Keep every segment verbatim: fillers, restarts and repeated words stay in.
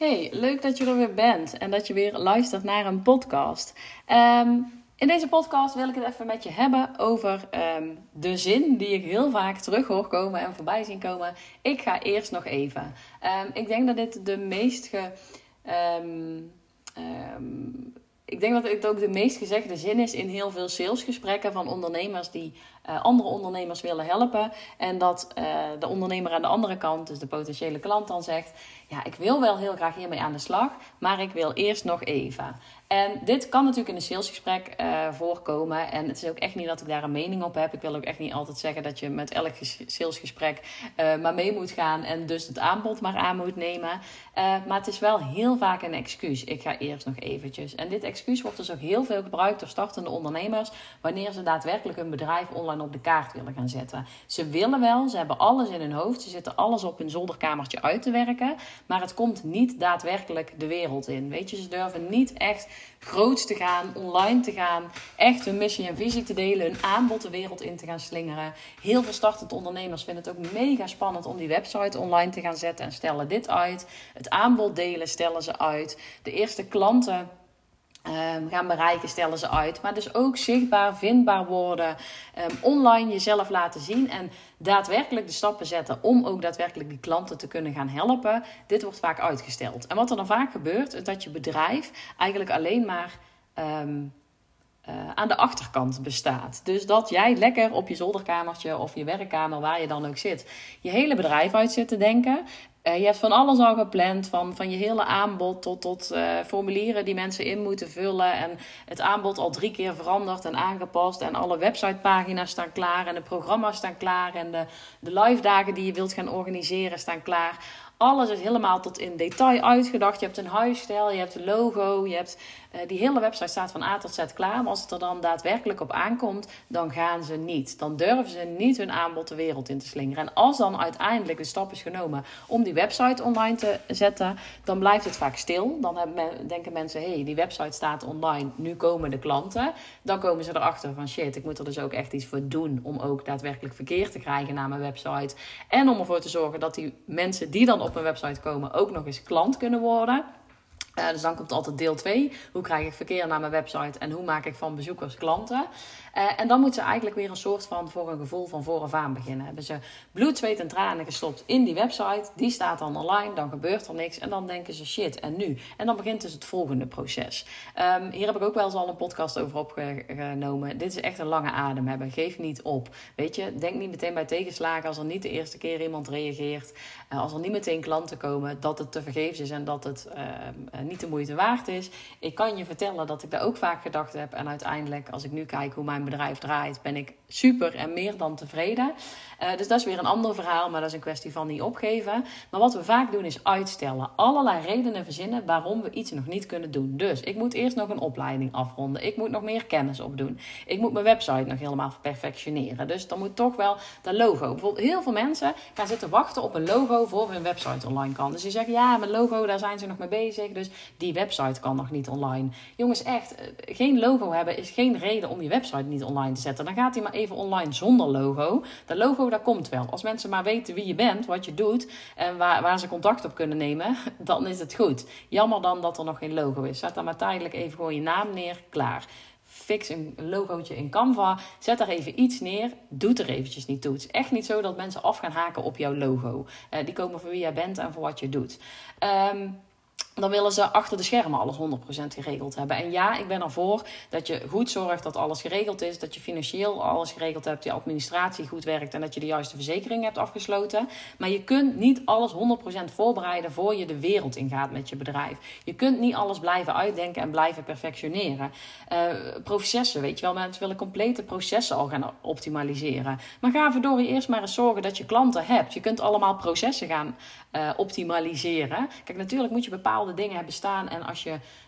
Hey, leuk dat je er weer bent en dat je weer luistert naar een podcast. Um, in deze podcast wil ik het even met je hebben over um, de zin die ik heel vaak terug hoor komen en voorbij zien komen. Ik ga eerst nog even. Um, ik denk dat dit de meest ge... Um, um, Ik denk dat het ook de meest gezegde zin is in heel veel salesgesprekken van ondernemers die uh, andere ondernemers willen helpen. En dat uh, de ondernemer aan de andere kant, dus de potentiële klant, dan zegt: ja, ik wil wel heel graag hiermee aan de slag, maar ik wil eerst nog even. En dit kan natuurlijk in een salesgesprek uh, voorkomen. En het is ook echt niet dat ik daar een mening op heb. Ik wil ook echt niet altijd zeggen dat je met elk salesgesprek uh, maar mee moet gaan en dus het aanbod maar aan moet nemen. Uh, maar het is wel heel vaak een excuus. Ik ga eerst nog eventjes. En dit excuus wordt dus ook heel veel gebruikt door startende ondernemers wanneer ze daadwerkelijk hun bedrijf online op de kaart willen gaan zetten. Ze willen wel, ze hebben alles in hun hoofd, ze zitten alles op hun zolderkamertje uit te werken, maar het komt niet daadwerkelijk de wereld in. Weet je, ze durven niet echt groots te gaan, online te gaan, echt hun missie en visie te delen, hun aanbod de wereld in te gaan slingeren. Heel veel startende ondernemers vinden het ook mega spannend om die website online te gaan zetten en stellen dit uit. Het aanbod delen stellen ze uit. De eerste klanten Um, gaan bereiken, stellen ze uit. Maar dus ook zichtbaar, vindbaar worden. Um, online jezelf laten zien. En daadwerkelijk de stappen zetten om ook daadwerkelijk die klanten te kunnen gaan helpen. Dit wordt vaak uitgesteld. En wat er dan vaak gebeurt, is dat je bedrijf eigenlijk alleen maar Um, Uh, aan de achterkant bestaat. Dus dat jij lekker op je zolderkamertje of je werkkamer, waar je dan ook zit, je hele bedrijf uit zit te denken. Uh, je hebt van alles al gepland, van, van je hele aanbod tot, tot uh, formulieren die mensen in moeten vullen. En het aanbod al drie keer veranderd en aangepast. En alle websitepagina's staan klaar en de programma's staan klaar. En de, de live dagen die je wilt gaan organiseren staan klaar. Alles is helemaal tot in detail uitgedacht. Je hebt een huisstijl, je hebt een logo, je hebt uh, die hele website staat van A tot Z klaar. Maar als het er dan daadwerkelijk op aankomt, dan gaan ze niet. Dan durven ze niet hun aanbod de wereld in te slingeren. En als dan uiteindelijk de stap is genomen om die website online te zetten, dan blijft het vaak stil. Dan hebben, denken mensen, hé, hey, die website staat online, nu komen de klanten. Dan komen ze erachter van shit, ik moet er dus ook echt iets voor doen om ook daadwerkelijk verkeer te krijgen naar mijn website. En om ervoor te zorgen dat die mensen die dan op mijn website komen ook nog eens klant kunnen worden. Uh, dus dan komt altijd deel twee. Hoe krijg ik verkeer naar mijn website en hoe maak ik van bezoekers klanten? Uh, en dan moeten ze eigenlijk weer een soort van voor een gevoel van vooraf aan beginnen. Hebben ze bloed, zweet en tranen gestopt in die website. Die staat dan online, dan gebeurt er niks. En dan denken ze shit, en nu? En dan begint dus het volgende proces. Um, hier heb ik ook wel eens al een podcast over opgenomen. Dit is echt een lange adem hebben. Geef niet op. Weet je, denk niet meteen bij tegenslagen als er niet de eerste keer iemand reageert. Uh, als er niet meteen klanten komen, dat het te vergeefs is en dat het uh, niet de moeite waard is. Ik kan je vertellen dat ik daar ook vaak gedacht heb. En uiteindelijk, als ik nu kijk hoe mijn bedrijf draait, ben ik super en meer dan tevreden. Uh, dus dat is weer een ander verhaal, maar dat is een kwestie van niet opgeven. Maar wat we vaak doen is uitstellen. Allerlei redenen verzinnen waarom we iets nog niet kunnen doen. Dus ik moet eerst nog een opleiding afronden. Ik moet nog meer kennis opdoen. Ik moet mijn website nog helemaal perfectioneren. Dus dan moet toch wel dat logo. Bijvoorbeeld heel veel mensen gaan zitten wachten op een logo voor hun website online kan. Dus die zeggen, ja, mijn logo, daar zijn ze nog mee bezig. Dus die website kan nog niet online. Jongens, echt, geen logo hebben is geen reden om je website niet online te zetten. Dan gaat hij maar even online zonder logo. Dat logo, dat komt wel. Als mensen maar weten wie je bent, wat je doet en waar, waar ze contact op kunnen nemen, dan is het goed. Jammer dan dat er nog geen logo is. Zet dan maar tijdelijk even gewoon je naam neer, klaar. Fix een logootje in Canva. Zet daar even iets neer. Doe er eventjes niet toe. Het is echt niet zo dat mensen af gaan haken op jouw logo. Uh, die komen voor wie jij bent en voor wat je doet. Um, Dan willen ze achter de schermen alles honderd procent geregeld hebben. En ja, ik ben ervoor dat je goed zorgt dat alles geregeld is. Dat je financieel alles geregeld hebt. Je administratie goed werkt. En dat je de juiste verzekering hebt afgesloten. Maar je kunt niet alles honderd procent voorbereiden voor je de wereld ingaat met je bedrijf. Je kunt niet alles blijven uitdenken en blijven perfectioneren. Uh, processen, weet je wel. Mensen willen complete processen al gaan optimaliseren. Maar ga verdorie eerst maar eens zorgen dat je klanten hebt. Je kunt allemaal processen gaan uh, optimaliseren. Kijk, natuurlijk moet je bepaalde dingen hebben staan. En als je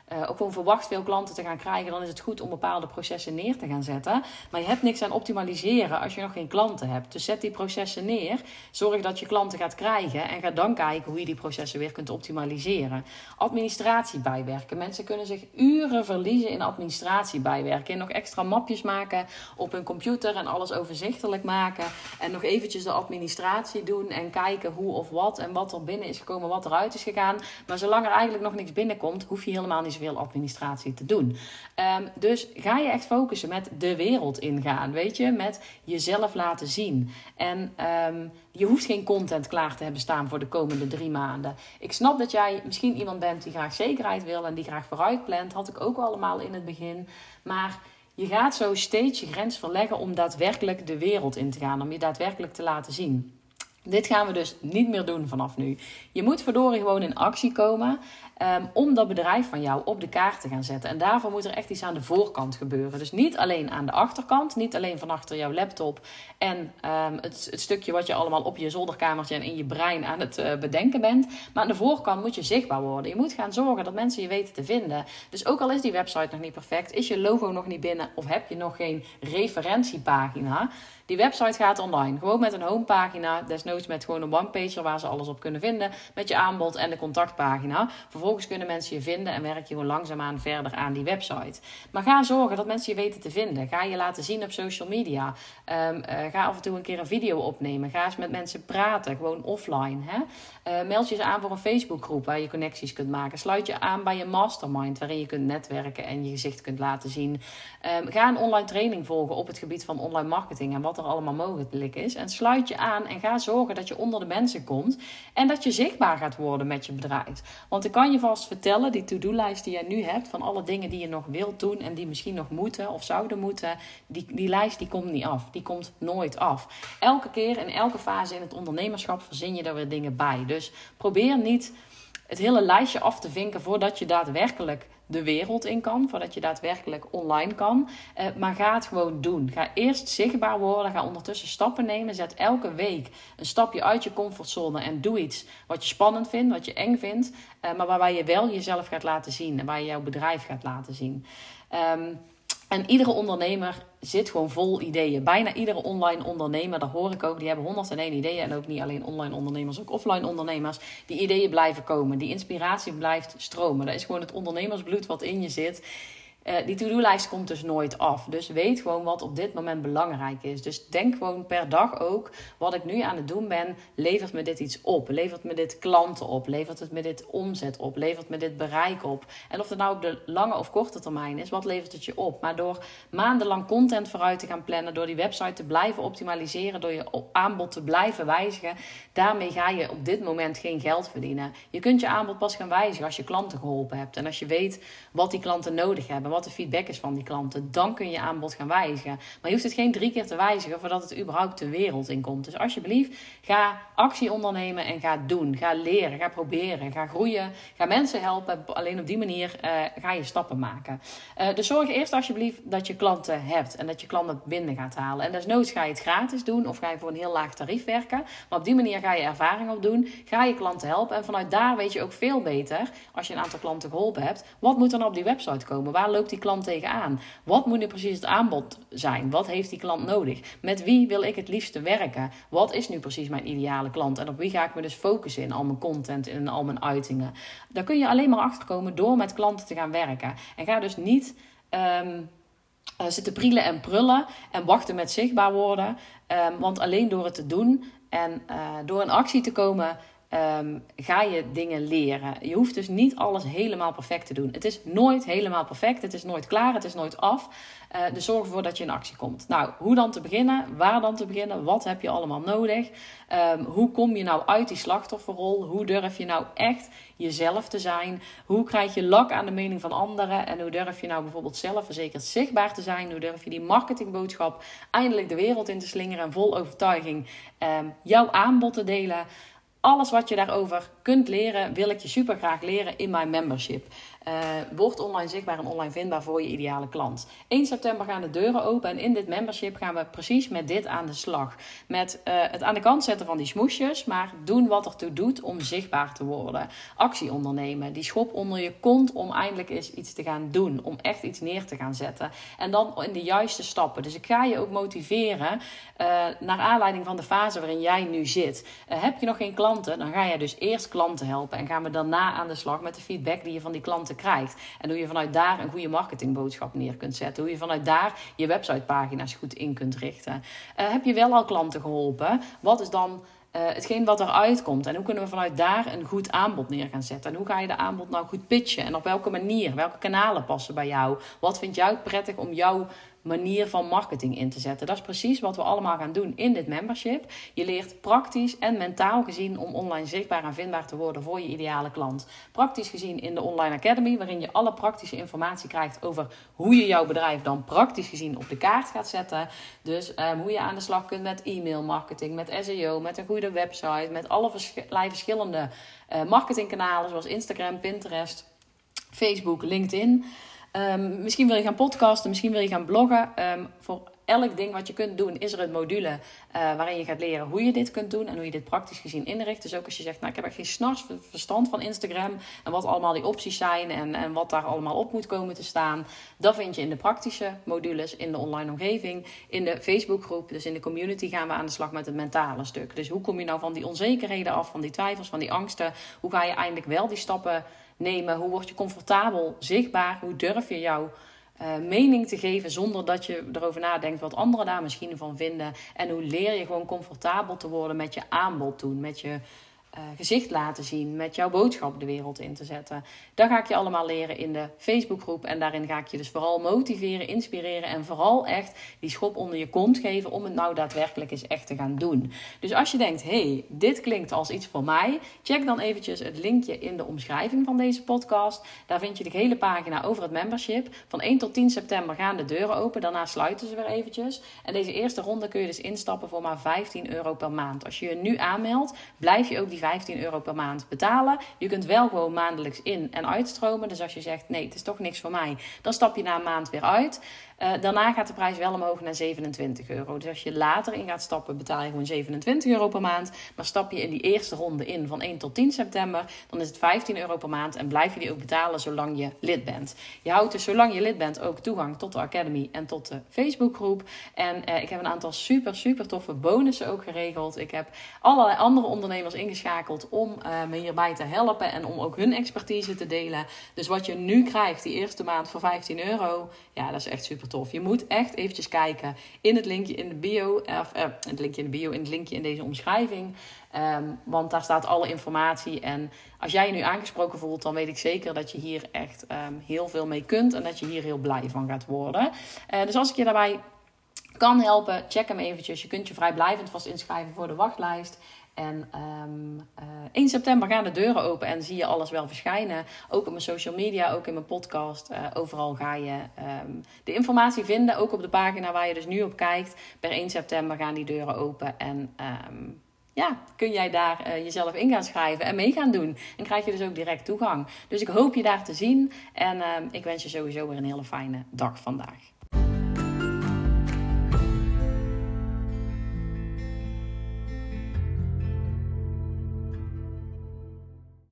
uh, ook gewoon verwacht veel klanten te gaan krijgen, dan is het goed om bepaalde processen neer te gaan zetten. Maar je hebt niks aan optimaliseren als je nog geen klanten hebt. Dus zet die processen neer, zorg dat je klanten gaat krijgen en ga dan kijken hoe je die processen weer kunt optimaliseren. Administratie bijwerken. Mensen kunnen zich uren verliezen in administratie bijwerken. En nog extra mapjes maken op hun computer en alles overzichtelijk maken. En nog eventjes de administratie doen en kijken hoe of wat en wat er binnen is gekomen, wat eruit is gegaan. Maar zolang er eigenlijk nog niks binnenkomt, hoef je helemaal niet zoveel administratie te doen. Um, dus ga je echt focussen met de wereld ingaan, weet je, met jezelf laten zien. En um, je hoeft geen content klaar te hebben staan voor de komende drie maanden. Ik snap dat jij misschien iemand bent die graag zekerheid wil en die graag vooruit plant. Had ik ook allemaal in het begin. Maar je gaat zo steeds je grens verleggen om daadwerkelijk de wereld in te gaan. Om je daadwerkelijk te laten zien. Dit gaan we dus niet meer doen vanaf nu. Je moet verdorie gewoon in actie komen um, om dat bedrijf van jou op de kaart te gaan zetten. En daarvoor moet er echt iets aan de voorkant gebeuren. Dus niet alleen aan de achterkant, niet alleen van achter jouw laptop en um, het, het stukje wat je allemaal op je zolderkamertje en in je brein aan het uh, bedenken bent. Maar aan de voorkant moet je zichtbaar worden. Je moet gaan zorgen dat mensen je weten te vinden. Dus ook al is die website nog niet perfect, is je logo nog niet binnen of heb je nog geen referentiepagina, die website gaat online. Gewoon met een homepagina, desnoods met gewoon een one-pager waar ze alles op kunnen vinden. Met je aanbod en de contactpagina. Vervolgens kunnen mensen je vinden en werk je gewoon langzaamaan verder aan die website. Maar ga zorgen dat mensen je weten te vinden. Ga je laten zien op social media. Um, uh, ga af en toe een keer een video opnemen. Ga eens met mensen praten, gewoon offline. Hè? Uh, meld je eens aan voor een Facebookgroep waar je connecties kunt maken. Sluit je aan bij een mastermind waarin je kunt netwerken en je gezicht kunt laten zien. Um, ga een online training volgen op het gebied van online marketing en wat er allemaal mogelijk is. En sluit je aan en ga zorgen dat je onder de mensen komt en dat je zichtbaar gaat worden met je bedrijf. Want ik kan je vast vertellen, die to-do-lijst die jij nu hebt van alle dingen die je nog wilt doen en die misschien nog moeten of zouden moeten, die, die lijst die komt niet af. Die komt nooit af. Elke keer in elke fase in het ondernemerschap verzin je er weer dingen bij. Dus probeer niet het hele lijstje af te vinken voordat je daadwerkelijk de wereld in kan, voordat je daadwerkelijk online kan. Uh, maar ga het gewoon doen. Ga eerst zichtbaar worden, ga ondertussen stappen nemen. Zet elke week een stapje uit je comfortzone en doe iets wat je spannend vindt, wat je eng vindt, uh, maar waarbij je wel jezelf gaat laten zien en waar je jouw bedrijf gaat laten zien. Um, En iedere ondernemer zit gewoon vol ideeën. Bijna iedere online ondernemer, dat hoor ik ook, die hebben honderdéén ideeën. En ook niet alleen online ondernemers, ook offline ondernemers. Die ideeën blijven komen. Die inspiratie blijft stromen. Dat is gewoon het ondernemersbloed wat in je zit. Uh, die to-do-lijst komt dus nooit af. Dus weet gewoon wat op dit moment belangrijk is. Dus denk gewoon per dag ook, wat ik nu aan het doen ben, levert me dit iets op? Levert me dit klanten op? Levert het me dit omzet op? Levert me dit bereik op? En of het nou op de lange of korte termijn is, wat levert het je op? Maar door maandenlang content vooruit te gaan plannen, door die website te blijven optimaliseren, door je aanbod te blijven wijzigen, daarmee ga je op dit moment geen geld verdienen. Je kunt je aanbod pas gaan wijzigen als je klanten geholpen hebt. En als je weet wat die klanten nodig hebben, wat de feedback is van die klanten, dan kun je aanbod gaan wijzigen. Maar je hoeft het geen drie keer te wijzigen voordat het überhaupt de wereld in komt. Dus alsjeblieft, ga actie ondernemen en ga doen. Ga leren, ga proberen, ga groeien, ga mensen helpen. Alleen op die manier uh, ga je stappen maken. Uh, dus zorg eerst alsjeblieft dat je klanten hebt en dat je klanten binnen gaat halen. En desnoods ga je het gratis doen of ga je voor een heel laag tarief werken. Maar op die manier ga je ervaring opdoen, ga je klanten helpen en vanuit daar weet je ook veel beter, als je een aantal klanten geholpen hebt, wat moet er nou op die website komen? Waar loopt die klant tegenaan? Wat moet nu precies het aanbod zijn? Wat heeft die klant nodig? Met wie wil ik het liefste werken? Wat is nu precies mijn ideale klant? En op wie ga ik me dus focussen in al mijn content en in al mijn uitingen? Daar kun je alleen maar achterkomen door met klanten te gaan werken. En ga dus niet Um, Uh, zitten prielen en prullen en wachten met zichtbaar worden. Um, want alleen door het te doen en uh, door in actie te komen, um, ga je dingen leren. Je hoeft dus niet alles helemaal perfect te doen. Het is nooit helemaal perfect. Het is nooit klaar. Het is nooit af. Uh, dus zorg ervoor dat je in actie komt. Nou, hoe dan te beginnen? Waar dan te beginnen? Wat heb je allemaal nodig? Um, hoe kom je nou uit die slachtofferrol? Hoe durf je nou echt jezelf te zijn? Hoe krijg je lak aan de mening van anderen? En hoe durf je nou bijvoorbeeld zelfverzekerd zichtbaar te zijn? Hoe durf je die marketingboodschap eindelijk de wereld in te slingeren en vol overtuiging um, jouw aanbod te delen? Alles wat je daarover kunt leren, wil ik je super graag leren in mijn membership. Uh, word online zichtbaar en online vindbaar voor je ideale klant. één september gaan de deuren open en in dit membership gaan we precies met dit aan de slag. Met uh, het aan de kant zetten van die smoesjes, maar doen wat ertoe doet om zichtbaar te worden. Actie ondernemen, die schop onder je kont om eindelijk eens iets te gaan doen. Om echt iets neer te gaan zetten. En dan in de juiste stappen. Dus ik ga je ook motiveren uh, naar aanleiding van de fase waarin jij nu zit. Uh, heb je nog geen klanten, dan ga je dus eerst klanten helpen. En gaan we daarna aan de slag met de feedback die je van die klanten krijgt. En hoe je vanuit daar een goede marketingboodschap neer kunt zetten. Hoe je vanuit daar je websitepagina's goed in kunt richten. Uh, heb je wel al klanten geholpen? Wat is dan Uh, hetgeen wat eruit komt. En hoe kunnen we vanuit daar een goed aanbod neer gaan zetten? En hoe ga je de aanbod nou goed pitchen? En op welke manier? Welke kanalen passen bij jou? Wat vind jij prettig om jouw manier van marketing in te zetten? Dat is precies wat we allemaal gaan doen in dit membership. Je leert praktisch en mentaal gezien om online zichtbaar en vindbaar te worden voor je ideale klant. Praktisch gezien in de Online Academy, waarin je alle praktische informatie krijgt over hoe je jouw bedrijf dan praktisch gezien op de kaart gaat zetten. Dus um, hoe je aan de slag kunt met e-mail marketing, met S E O, met een goede website, met alle vers- verschillende uh, marketingkanalen zoals Instagram, Pinterest, Facebook, LinkedIn. Um, misschien wil je gaan podcasten, misschien wil je gaan bloggen. Um, voor elk ding wat je kunt doen is er een module uh, waarin je gaat leren hoe je dit kunt doen en hoe je dit praktisch gezien inricht. Dus ook als je zegt, nou ik heb echt geen snars verstand van Instagram en wat allemaal die opties zijn en, en wat daar allemaal op moet komen te staan. Dat vind je in de praktische modules, in de online omgeving, in de Facebookgroep. Dus in de community gaan we aan de slag met het mentale stuk. Dus hoe kom je nou van die onzekerheden af, van die twijfels, van die angsten? Hoe ga je eindelijk wel die stappen nemen? Hoe word je comfortabel, zichtbaar? Hoe durf je jouw uh, mening te geven zonder dat je erover nadenkt wat anderen daar misschien van vinden? En hoe leer je gewoon comfortabel te worden met je aanbod doen, met je uh, gezicht laten zien, met jouw boodschap de wereld in te zetten? Dat ga ik je allemaal leren in de Facebookgroep. En daarin ga ik je dus vooral motiveren, inspireren en vooral echt die schop onder je kont geven om het nou daadwerkelijk eens echt te gaan doen. Dus als je denkt, hey, dit klinkt als iets voor mij, check dan eventjes het linkje in de omschrijving van deze podcast. Daar vind je de hele pagina over het membership. Van één tot tien september gaan de deuren open, daarna sluiten ze weer eventjes. En deze eerste ronde kun je dus instappen voor maar vijftien euro per maand. Als je je nu aanmeldt, blijf je ook die vijftien euro per maand betalen. Je kunt wel gewoon maandelijks in- en uitstromen. Dus als je zegt, nee, het is toch niks voor mij, dan stap je na een maand weer uit. Uh, daarna gaat de prijs wel omhoog naar zevenentwintig euro. Dus als je later in gaat stappen, betaal je gewoon zevenentwintig euro per maand. Maar stap je in die eerste ronde in van één tot tien september, dan is het vijftien euro per maand en blijf je die ook betalen zolang je lid bent. Je houdt dus zolang je lid bent ook toegang tot de Academy en tot de Facebookgroep. En uh, ik heb een aantal super, super toffe bonussen ook geregeld. Ik heb allerlei andere ondernemers ingeschakeld om uh, me hierbij te helpen en om ook hun expertise te delen. Dus wat je nu krijgt, die eerste maand voor vijftien euro, ja, dat is echt super tof. Je moet echt eventjes kijken in het linkje in de bio, of uh, het linkje in de bio, in het linkje in deze omschrijving. Um, want daar staat alle informatie. En als jij je nu aangesproken voelt, dan weet ik zeker dat je hier echt um, heel veel mee kunt en dat je hier heel blij van gaat worden. Uh, dus als ik je daarbij kan helpen, check hem eventjes. Je kunt je vrijblijvend vast inschrijven voor de wachtlijst. En um, uh, één september gaan de deuren open en zie je alles wel verschijnen. Ook op mijn social media, ook in mijn podcast. Uh, overal ga je um, de informatie vinden. Ook op de pagina waar je dus nu op kijkt. Per één september gaan die deuren open. En um, ja, kun jij daar uh, jezelf in gaan schrijven en mee gaan doen. En krijg je dus ook direct toegang. Dus ik hoop je daar te zien. En um, ik wens je sowieso weer een hele fijne dag vandaag.